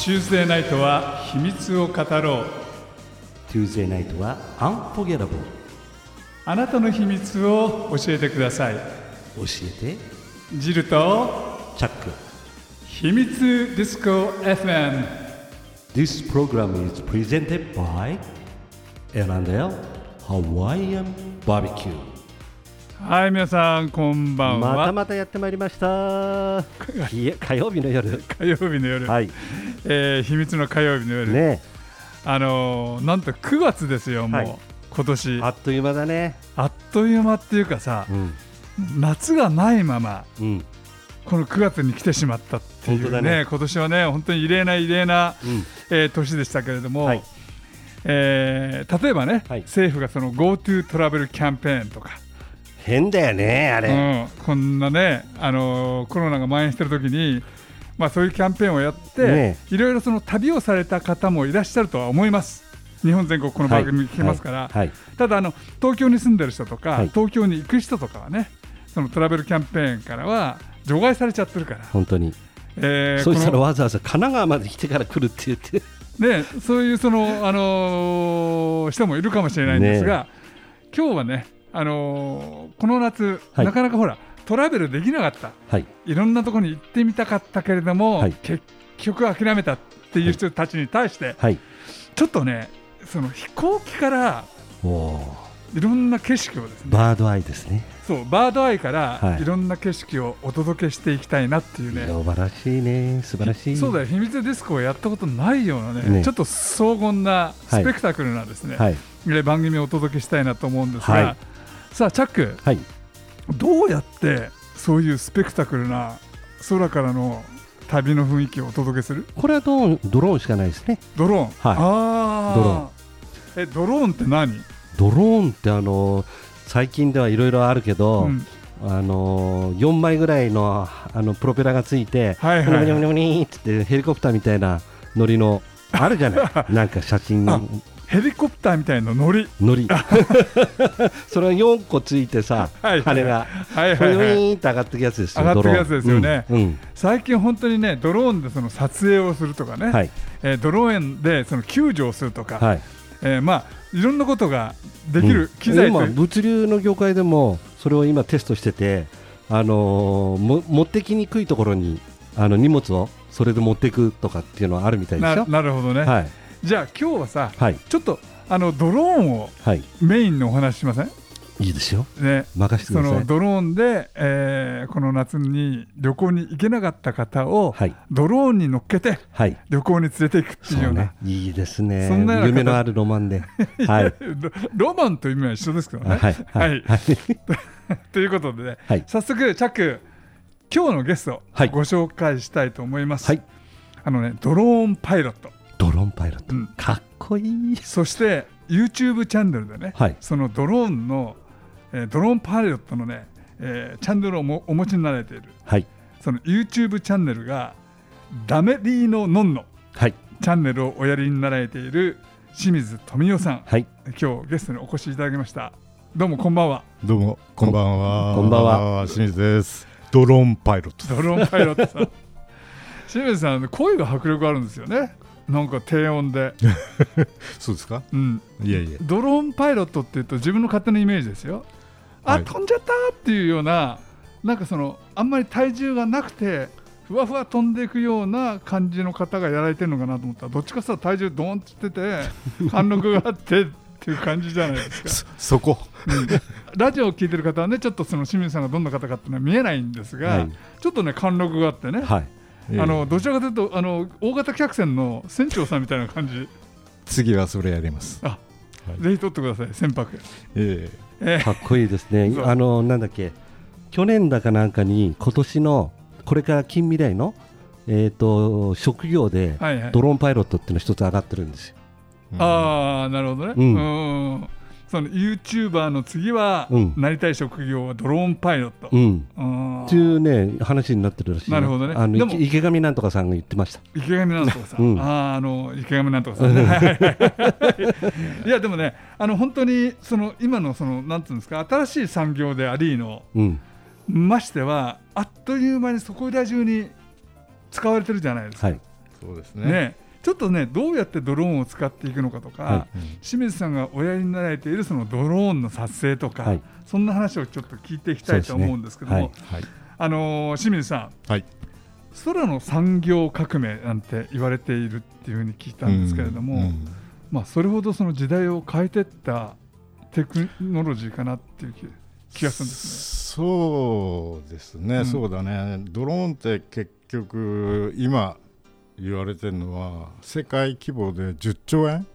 Tuesdayナイトは秘密を語ろう。 Tuesday Night は Unforgettable。 あなたの秘密を教えてください。 教えてジルとチャック。 秘密ディスコ FM。 This program is presented by L&L Hawaiian Barbecue。 はい、皆さんこんばんは。 またまたやってまいりました火曜日の夜。 火曜日の夜、 はい、 秘密の火曜日の夜、 ね、 なんと9月ですよ、もう、 はい、 今年あっという間だね。 あっという間っていうかさ、夏がないまま、この9月に来てしまったっていう ね、今年はね本当に異例な、年でしたけれども、はい、例えばね、はい、政府がその GoTo トラベルキャンペーンとか、 変だよねあれ、 こんなね、コロナが蔓延してる時に、そういうキャンペーンをやって、ね、いろいろその旅をされた方もいらっしゃるとは思います。日本全国この番組聞きますから、はいはい、ただ東京に住んでる人とか、はい、東京に行く人とかはね、そのトラベルキャンペーンからは除外されちゃってるから、本当に、 そうしたらわざわざ神奈川まで来てから来るって言ってね、そういう人もいるかもしれないんですが、今日はね、この夏、なかなかほらトラベルできなかった、いろんなところに行ってみたかったけれども、結局諦めたっていう人たちに対して、ちょっとね、その飛行機からいろんな景色をですね、 バードアイですね。 そう、バードアイからいろんな景色をお届けしていきたいなっていうね、 素晴らしいね、素晴らしい。 そうだよ、秘密ディスコをやったことないようなね、ちょっと荘厳なスペクタクルなですね、番組をお届けしたいなと思うんですが、さあチャック、どうやってそういうスペクタクルな空からの旅の雰囲気をお届けする？ これはドローンしかないですね。 ドローン、ドローンって何？ ドローンって最近ではいろいろあるけど、4枚ぐらいのプロペラがついて、ニョニョニョニーってヘリコプターみたいなノリのあるじゃないなんか写真ヘリコプターみたいなノリそれは4個ついてさ、羽がウィーンって上がってくやつですよ。 上がってくやつですよね、最近本当にね、ドローンでその撮影をするとかね、ドローンでその救助をするとか、いろんなことができる機材、 今物流の業界でもそれを今テストしてて、持ってきにくいところに荷物をそれで持っていくとかっていうのはあるみたいですよ。 なるほどね、じゃあ今日はさ、ちょっとドローンをメインのお話しません？ いいですよ、 ね、 任せてください。 そのドローンで、この夏に旅行に行けなかった方を、ドローンに乗っけて、旅行に連れていくっていうような、 いいですね、そんな夢のあるロマンでロマンという意味は一緒ですけどね。ということで、ね、早速チャック、今日のゲスト、ご紹介したいと思います。ドローンパイロット、かっこいい。そして YouTube チャンネルでね、そのドローンの、ドローンパイロットのね、チャンネルをお持ちになられている、その YouTube チャンネルがダメリーノノンノ、チャンネルをおやりになられている清水富代さん、今日ゲストにお越しいただきました。どうもこんばんは。 どうもこんばんは。 こんばんは、 清水です。ドローンパイロット。 ドローンパイロットさん清水さん、声が迫力あるんですよね。なんか低音でそうですか？ いやいや、ドローンパイロットっていうと自分の勝手なイメージですよ。飛んじゃったっていうような、なんかそのあんまり体重がなくてふわふわ飛んでいくような感じの方がやられてるのかなと思ったら、どっちかさ体重ドーンってってて貫禄があってっていう感じじゃないですかそこ、 ラジオを聞いてる方はね、ちょっとその清水さんがどんな方かっていうのは見えないんですが、ちょっとね貫禄があってね、どちらかというと大型客船の船長さんみたいな感じ。 次はそれやります。 ぜひ撮ってください、船舶。 かっこいいですね。なんだっけ、去年だかなんかに今年のこれから近未来の、職業でドローンパイロットっていうの一つ上がってるんですよ。 なるほどね、その YouTuber の次は、なりたい職業はドローンパイロット、 っていうね話になってるらしい。 なるほどね。 でも池上なんとかさんが言ってました。 池上なんとかさん、池上なんとかさんいやでもね、本当にその今のそのなんていうんですか、新しい産業でありの、ましてはあっという間にそこら中に使われてるじゃないですか。 そうですね。 ちょっとねどうやってドローンを使っていくのかとか、清水さんがおやりになられているそのドローンの撮影とか、そんな話をちょっと聞いていきたいと思うんですけども、清水さん、空の産業革命なんて言われているっていうふうに聞いたんですけれども、それほどその時代を変えていったテクノロジーかなっていう気がするんですね。そうですね、そうだね。ドローンって結局今言われてるのは世界規模で10兆円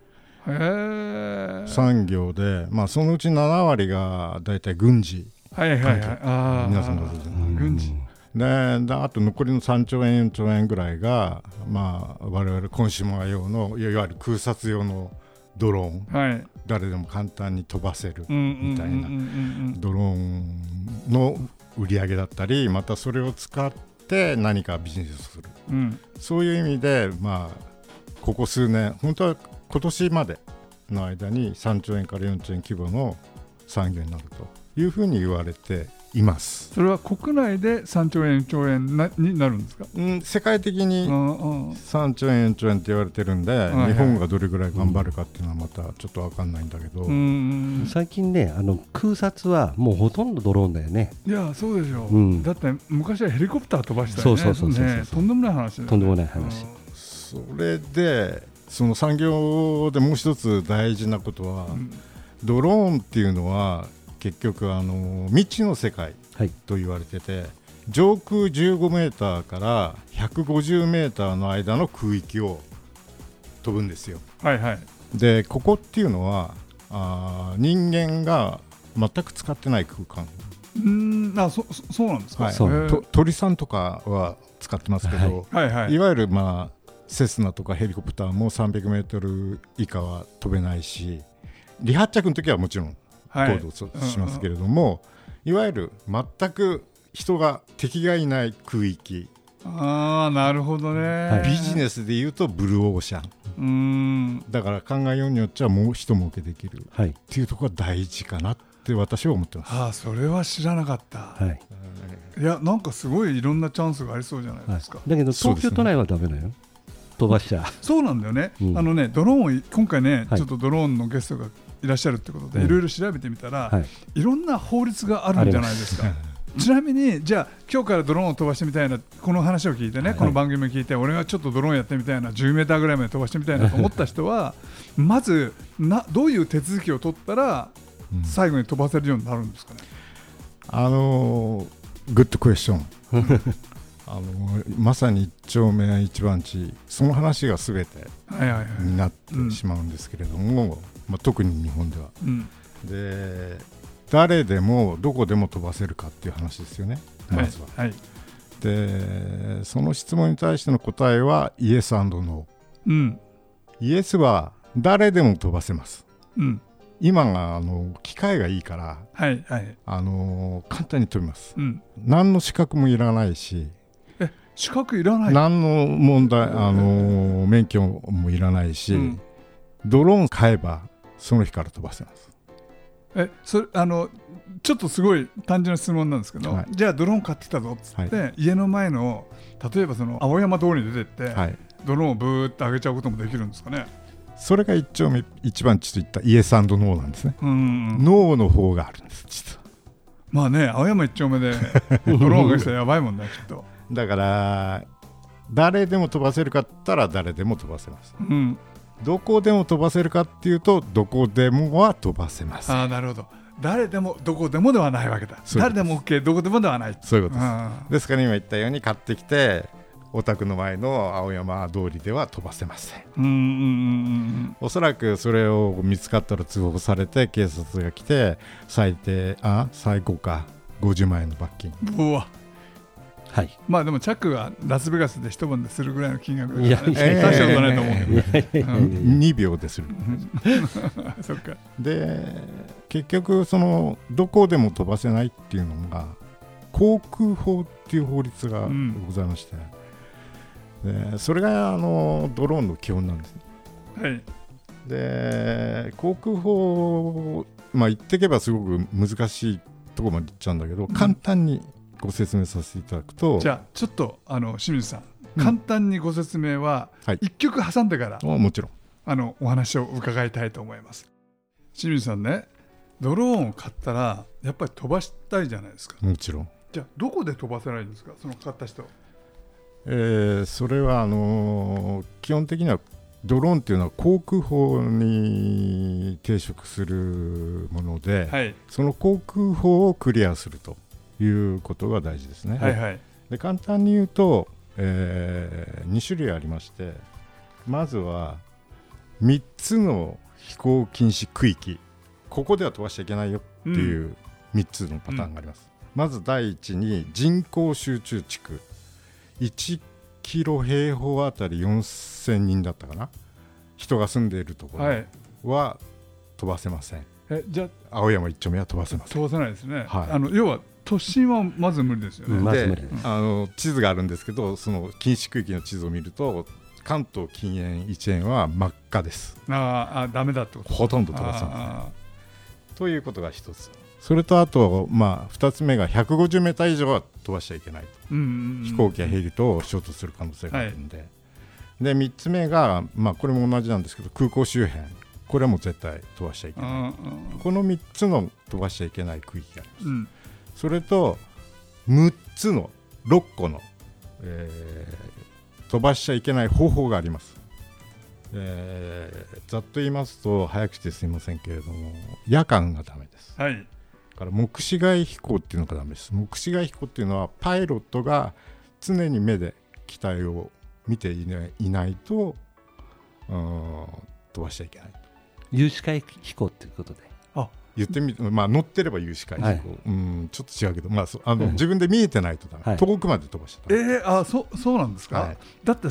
産業で、そのうち7割がだいたい軍事関係、皆さんご存知の軍事で、あと残りの3兆円4兆円ぐらいが、我々コンシューマー用のいわゆる空撮用のドローン、誰でも簡単に飛ばせるみたいなドローンの売り上げだったり、またそれを使って何かビジネスをする、そういう意味で、ここ数年本当は今年までの間に3兆円から4兆円規模の産業になるというふうに言われています。 それは国内で3兆円4兆円になるんですか？ 世界的に3兆円4兆円って言われてるんで、日本がどれぐらい頑張るかっていうのはまたちょっと分かんないんだけど、 最近ね空撮はもうほとんどドローンだよね。 いやそうでしょう、だって昔はヘリコプター飛ばしたよね。とんでもない話だよね。 とんでもない話。 それでその産業でもう一つ大事なことは、ドローンっていうのは結局未知の世界と言われてて、上空15メーターから150メーターの間の空域を飛ぶんですよ。でここっていうのは人間が全く使ってない空間。 そうなんですか？ 鳥さんとかは使ってますけど、いわゆるセスナとかヘリコプターも300メートル以下は飛べないし、離発着の時はもちろん行動しますけれども、いわゆる全く敵がいない空域。 なるほどね。 ビジネスでいうとブルーオーシャンだから考えようによっちゃもう一儲けできるっていうところが大事かなって私は思ってます。 それは知らなかった。いやなんかすごいいろんなチャンスがありそうじゃないですか。 だけど東京都内はダメだよ、飛ばしちゃ。 そうなんだよね。ドローン今回ね、ちょっとドローンのゲストがいらっしゃるってことでいろいろ調べてみたら、いろんな法律があるんじゃないですか。ちなみにじゃあ今日からドローンを飛ばしてみたいな、この話を聞いてね、この番組を聞いて俺がちょっとドローンやってみたいな、10メーターぐらいまで飛ばしてみたいなと思った人はまずどういう手続きを取ったら最後に飛ばせるようになるんですかね？ グッドクエスチョンまさに一丁目一番地、その話が全てになってしまうんですけれども、特に日本では、で誰でもどこでも飛ばせるかっていう話ですよね、まずは。でその質問に対しての答えはイエス&ノー。イエスは誰でも飛ばせます。今が機械がいいから、簡単に飛びます。何の資格もいらないし、 資格いらない、 何の問題免許もいらないし、ドローン買えばその日から飛ばせます。 それちょっとすごい単純な質問なんですけど、じゃあドローン買ってきたぞっつって、家の前の例えばその青山通りに出てって、ドローンをブーって上げちゃうこともできるんですかね？それが一丁目一番地といったイエス&ノーなんですね。ノーの方があるんです、実は。 青山一丁目でドローンが来たらやばいもんねきっと。 だから誰でも飛ばせるかって言ったら誰でも飛ばせます。どこでも飛ばせるかっていうとどこでもは飛ばせます。 なるほど。誰でもどこでもではないわけだ。誰でも OK、 どこでもではない。 そういうことです。ですから今言ったように買ってきてお宅の前の青山通りでは飛ばせません。おそらくそれを見つかったら通報されて警察が来て最高か50万円の罰金。 うわ。でもチャックがラスベガスで一晩でするぐらいの金額だからね、大したことないと思うけど、 2秒でするそっか。 で結局そのどこでも飛ばせないっていうのが航空法っていう法律がございまして、でそれがドローンの基本なんですね。で航空法、言っていけばすごく難しいところまでいっちゃうんだけど、簡単にご説明させていただくと、 じゃあちょっと清水さん簡単にご説明は1曲挟んでから、 もちろんお話を伺いたいと思います。清水さんね、ドローンを買ったらやっぱり飛ばしたいじゃないですか。 もちろん。 じゃあどこで飛ばせないんですか、その買った人。 それは基本的にはドローンっていうのは航空法に抵触するもので、はい、その航空法をクリアするということが大事ですね。はいはい、で簡単に言うと、2種類ありまして、まずは3つの飛行禁止区域、ここでは飛ばしちゃいけないよっていう3つのパターンがあります。まず第一に人口集中地区、1キロ平方あたり4000人だったかな、人が住んでいるところは飛ばせません。 じゃあ青山一丁目は飛ばせません。 飛ばせないですね。はい、要は都心はまず無理ですよね。 で地図があるんですけど、その禁止区域の地図を見ると関東近縁一円は真っ赤です。 ダメだってこと。 ほとんど飛ばせませんということが一つ。それとあと、2つ目が150メーター以上は飛ばしちゃいけないと、飛行機やヘリと衝突する可能性があるんで、はい、で3つ目が、これも同じなんですけど、空港周辺、これはもう絶対飛ばしちゃいけない。この3つの飛ばしちゃいけない区域があります。それと6個の、飛ばしちゃいけない方法があります。ざっと言いますと、早くてすみませんけれども、夜間がダメです。はい、から目視外飛行っていうのがダメです。目視外飛行っていうのはパイロットが常に目で機体を見ていないと飛ばしちゃいけない。 有視界飛行っていうことで言ってみて、乗ってれば有視界飛行、はい、ちょっと違うけど、自分で見えてないとダメ、はい、遠くまで飛ばしちゃそうなんですか。はい、だって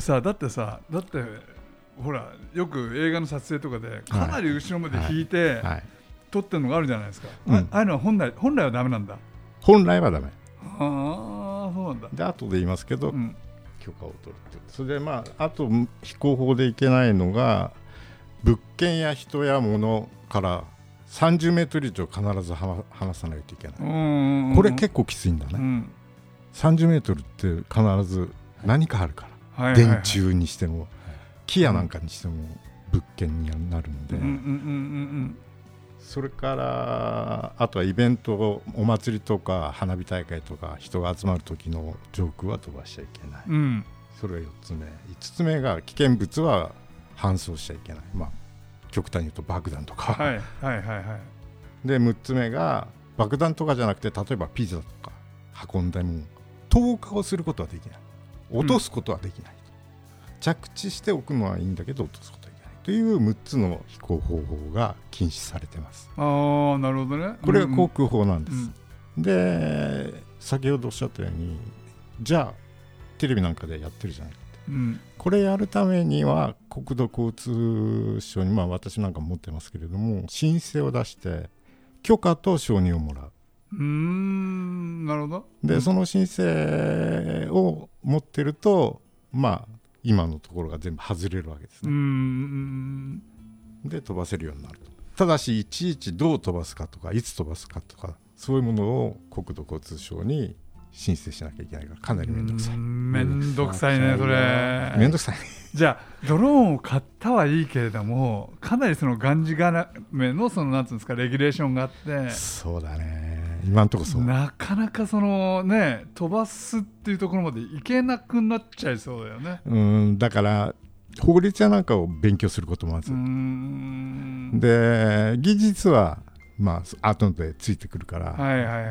ほら、よく映画の撮影とかでかなり後ろまで引いて、はいはい、撮ってるのがあるじゃないですか。ああいうのは本来はダメなんだ。 本来はダメ。 そうなんだ。 で後で言いますけど、許可を取るって。それであと飛行法でいけないのが、物件や人や物から30メートル以上必ず離さないといけない。これ結構きついんだね。30メートルって必ず何かあるから、電柱にしても木やなんかにしても物件になるんで、それからあとはイベント、お祭りとか花火大会とか人が集まる時の上空は飛ばしちゃいけない、それが4つ目。5つ目が危険物は搬送しちゃいけない、極端に言うと爆弾とか、で6つ目が爆弾とかじゃなくて、例えばピザとか運んでも投下をすることはできない、落とすことはできない、着地しておくのはいいんだけど落とすことはできないという6つの飛行方法が禁止されています。 なるほどね。 これが航空法なんです。で先ほどおっしゃったように、じゃあテレビなんかでやってるじゃないかって、これやるためには国土交通省に、私なんか持ってますけれども、申請を出して許可と承認をもらう。 なるほど。 でその申請を持ってると、今のところが全部外れるわけですね。で飛ばせるようになると。ただしいちいちどう飛ばすかとかいつ飛ばすかとか、そういうものを国土交通省に申請しなきゃいけないから、かなり面倒くさい。 面倒くさいね、それ。 面倒くさい。 じゃあドローンを買ったはいいけれども、かなりそのがんじがらめのなんていうんですか、レギュレーションがあって。 そうだね、今のところそう。 なかなか飛ばすっていうところまでいけなくなっちゃいそうだよね。 だから法律やなんかを勉強することもある。で技術は後でついてくるから、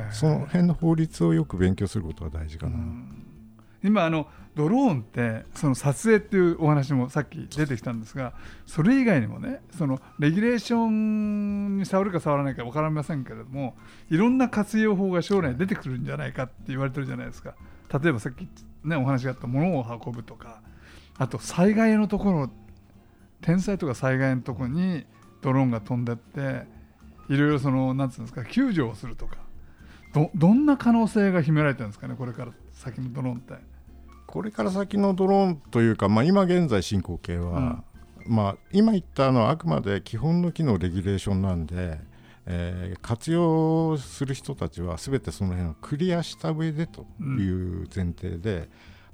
その辺の法律をよく勉強することが大事かな。 今ドローンってその撮影っていうお話もさっき出てきたんですが、それ以外にもね、そのレギュレーションに触るか触らないか分かりませんけれども、いろんな活用法が将来出てくるんじゃないかって言われてるじゃないですか。例えばさっきねお話があった物を運ぶとか、あと災害のところ、天災とか災害のところにドローンが飛んでっていろいろなんていうんですか、救助をするとか、どんな可能性が秘められてるんですかね、これから先のドローンって。 これから先のドローンというか、今現在進行形は、今言ったのはあくまで基本の機能レギュレーションなんで、活用する人たちは全てその辺をクリアした上でという前提で、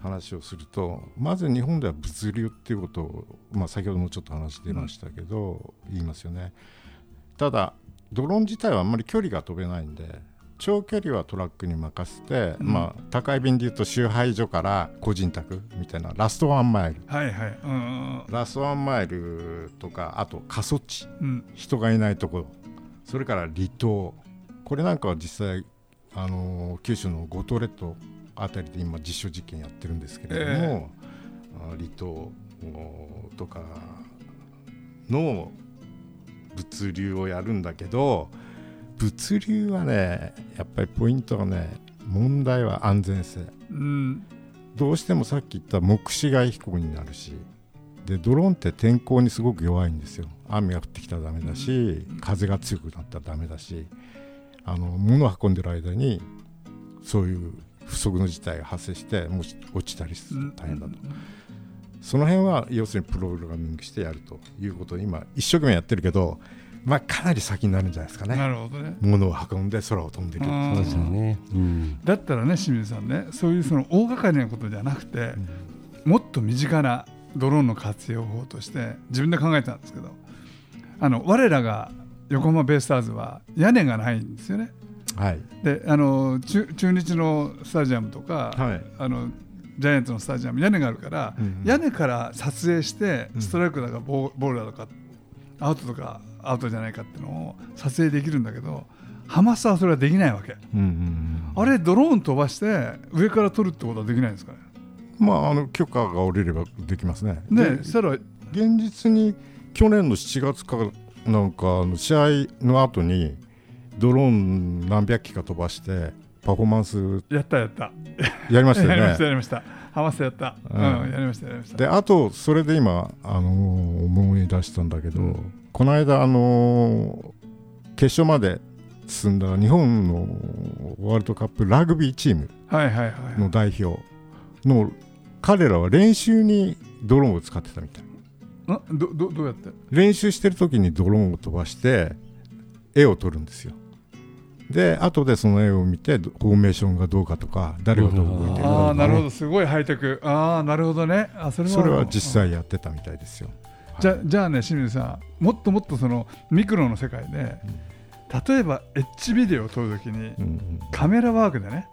話をすると、まず日本では物流っていうことを、先ほどもちょっと話してましたけど、言いますよね。ただドローン自体はあんまり距離が飛べないんで、長距離はトラックに任せて、高い便でいうと集配所から個人宅みたいなラストワンマイル、ラストワンマイルとか、あと過疎地、人がいないところ、それから離島、これなんかは実際九州の五島列島あたりで今実証実験やってるんですけれども、離島とかの物流をやるんだけど、物流はね、やっぱりポイントはね、問題は安全性、どうしてもさっき言った目視外飛行になるし、でドローンって天候にすごく弱いんですよ。雨が降ってきたらダメだし、風が強くなったらダメだし、物を運んでる間にそういう不測の事態が発生して、もし落ちたりすると大変だと、その辺は要するにプログラミングしてやるということを今一生懸命やってるけど、かなり先になるんじゃないですかね。 なるほどね。 物を運んで空を飛んでる。 そうですよね。 だったらね、清水さんね、そういうその大掛かりなことじゃなくて、もっと身近なドローンの活用法として自分で考えたんですけど、我らが横浜ベイスターズは屋根がないんですよね。で中日のスタジアムとか、ジャイアンツのスタジアム屋根があるから、屋根から撮影してストライクだかボールだとかアウトとかアウトじゃないかっていうのを撮影できるんだけど、ハマスタはそれはできないわけ、あれドローン飛ばして上から撮るってことはできないんですかね。 許可が下りればできますね。 そしたら現実に去年の7月かなんか試合の後にドローン何百機か飛ばしてパフォーマンスやりましたよね。やりましたハマスタやった、やりましたで、あとそれで今思い出したんだけど、この間決勝まで進んだ日本のワールドカップラグビーチームの代表の彼らは練習にドローンを使ってたみたい。 どうやって練習してる時にドローンを飛ばして絵を撮るんですよ。で後でその絵を見てフォーメーションがどうかとか、誰がどう動いてるか、 なるほど、すごいハイテク。なるほどね。 それは実際やってたみたいですよ。 じゃあね、清水さん、もっともっとそのミクロの世界で、例えばエッジビデオを撮るときに、カメラワークでね、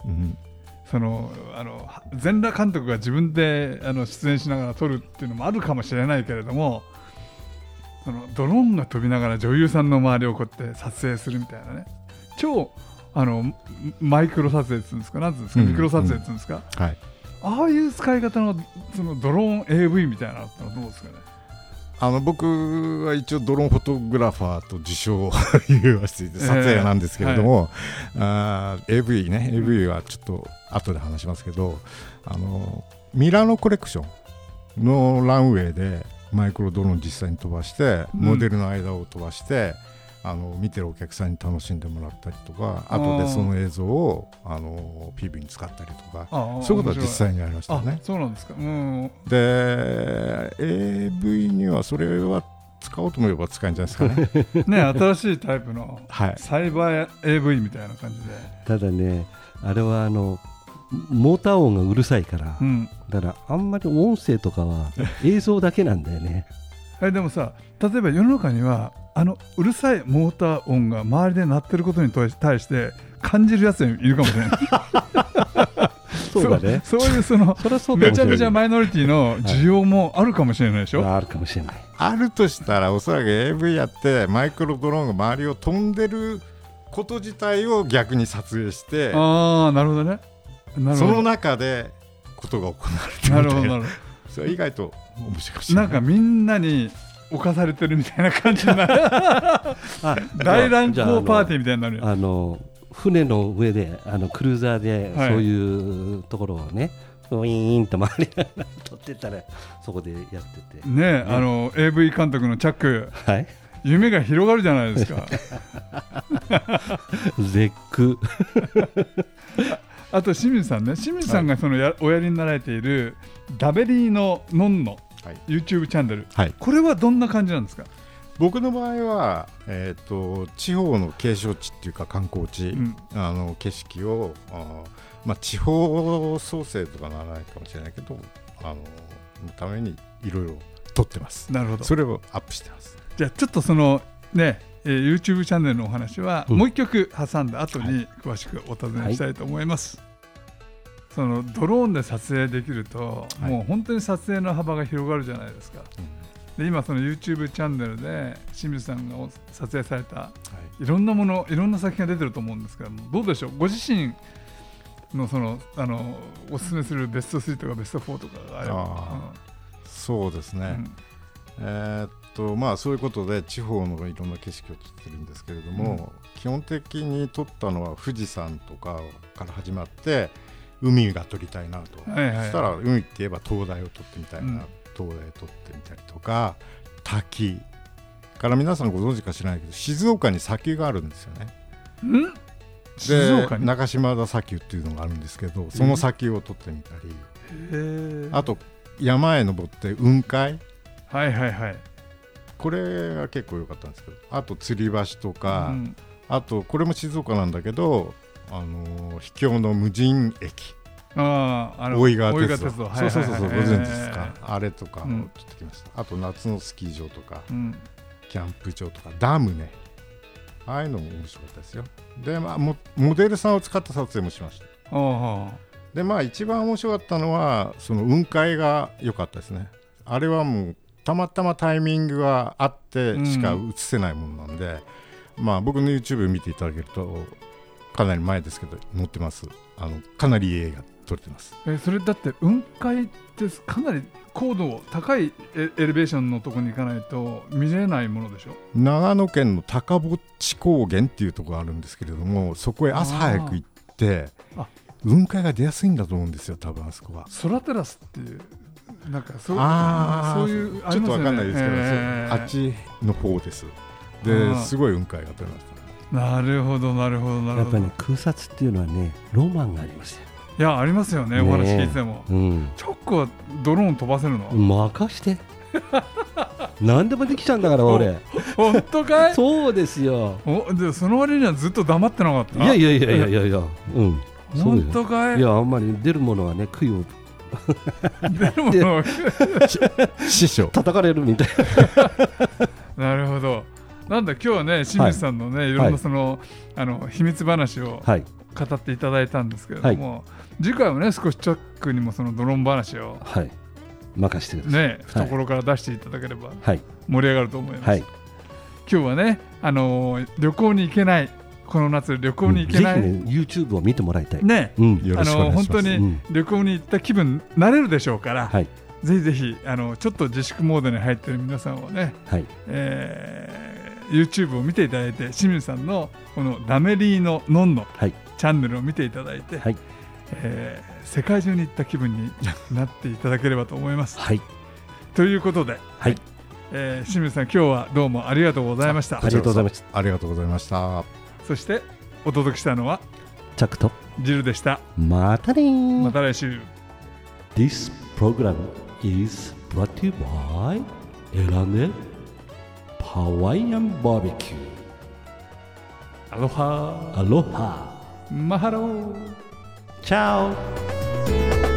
全裸監督が自分で出演しながら撮るっていうのもあるかもしれないけれども、そのドローンが飛びながら女優さんの周りをこうやって撮影するみたいなね、超マイクロ撮影っていうんですか、なんていうんですか、ミクロ撮影っていうんですか、ああいう使い方のそのドローン AV みたいなのってのはどうですかね。 僕は一応ドローンフォトグラファーと自称言わせていて撮影なんですけれども、AV ね、AV はちょっと後で話しますけど、ミラノコレクションのランウェイでマイクロドローン実際に飛ばして、モデルの間を飛ばして見てるお客さんに楽しんでもらったりとか、後でその映像をPV に使ったりとか、そういうことは実際にやりましたね。 そうなんですか。 で AV にはそれは使おうと思えば使えるんじゃないですかね。 ね、新しいタイプのサイバー AV みたいな感じで。 ただね、あれはモーター音がうるさいから、だからあんまり音声とかは映像だけなんだよね。 でもさ、例えば世の中にはうるさいモーター音が周りで鳴ってることに対して感じるやついるかもしれない。 そうだね。 そういうめちゃめちゃマイノリティの需要もあるかもしれないでしょ。 あるかもしれない。 あるとしたら、おそらく AV やってマイクロドローンが周りを飛んでること自体を逆に撮影して、 なるほどね。 その中でことが行われてるみたいな。なるほど。それは意外と面白いかもしれない。 なんかみんなに侵されてるみたいな感じになる。大乱交パーティーみたいになるよ。 船の上でクルーザーでそういうところをね、ウィーンと回りながら撮ってたら、そこでやっててね、AV 監督のチャック、夢が広がるじゃないですか。 絶句。 あと清水さんね、清水さんがおやりになられているダベリーのノンの YouTube チャンネル、これはどんな感じなんですか。 僕の場合は、地方の景勝地っていうか観光地、景色を地方創生とかならないかもしれないけどのためにいろいろ撮ってます。 なるほど。 それをアップしてます。 じゃあちょっとそのねYouTube チャンネルのお話はもう一曲挟んだ後に詳しくお尋ねしたいと思います、そのドローンで撮影できると、もう本当に撮影の幅が広がるじゃないですか、で今その YouTube チャンネルで清水さんが撮影されたいろんなもの、いろんな作品が出てると思うんですけども、どうでしょう、ご自身のおすすめするベスト3とかベスト4とかがあれば。 そうですね、そういうことで地方のいろんな景色を撮ってるんですけれども、基本的に撮ったのは富士山とかから始まって海が撮りたいなと、そしたら海って言えば灯台を撮ってみたいな、灯台を撮ってみたりとか、滝から皆さんご存知か知らないけど静岡に砂丘があるんですよね。静岡に中島田砂丘っていうのがあるんですけど、その砂丘を撮ってみたり、あと山へ登って雲海、これが結構良かったんですけど、あと吊り橋とか、あとこれも静岡なんだけど秘境の無人駅、大井川鉄道、そうご存知ですか、あれとかを撮ってきました、あと夏のスキー場とか、キャンプ場とかダムね、ああいうのも面白かったですよ。で、モデルさんを使った撮影もしました。で一番面白かったのはその雲海が良かったですね。あれはもうたまたまタイミングがあってしか映せないものなんで、僕の YouTube 見ていただけるとかなり前ですけど載ってます。かなりいい映画撮れてます。 それだって雲海ってかなり高度高いエレベーションのところに行かないと見れないものでしょ。 長野県の高ボッチ高原っていうところがあるんですけれども、そこへ朝早く行って雲海が出やすいんだと思うんですよ、多分あそこは。 ソラテラスっていうなんかそういうちょっと分かんないですけど、あっちの方です。ですごい雲海が撮れました。 なるほどなるほどなるほど。 やっぱりね、空撮っていうのはねロマンがありますよ。 いやありますよね、お話聞いても、チョックはドローン飛ばせるの？ 任して何でもできちゃうんだから俺。 本当かい？ そうですよ。 でその割にはずっと黙ってなかった？ いや本当かい？ いやあんまり出るものはね供養出るものは師匠叩かれるみたいな。なるほど。なんだ今日はね清水さんのね、いろんなその秘密話を語っていただいたんですけれども、次回はね少しチャックにもそのドローン話を任せてください。 懐から出していただければ盛り上がると思います。今日はね旅行に行けない、この夏旅行に行けない、 ぜひね YouTube を見てもらいたいね、よろしくお願いします。 本当に旅行に行った気分になれるでしょうから、ぜひぜひちょっと自粛モードに入っている皆さんはね、YouTube を見ていただいて、清水さんのこのラメリーノノンのチャンネルを見ていただいて、世界中に行った気分になっていただければと思います。ということで、清水さん今日はどうもありがとうございました。 ありがとうございました。 ありがとうございました。 そしてお届けしたのはチャックとジルでした。 またね。 また来週。 This program is brought to you by エラネハワイアンバーベキュー。 アロハアロハマハローチャオ。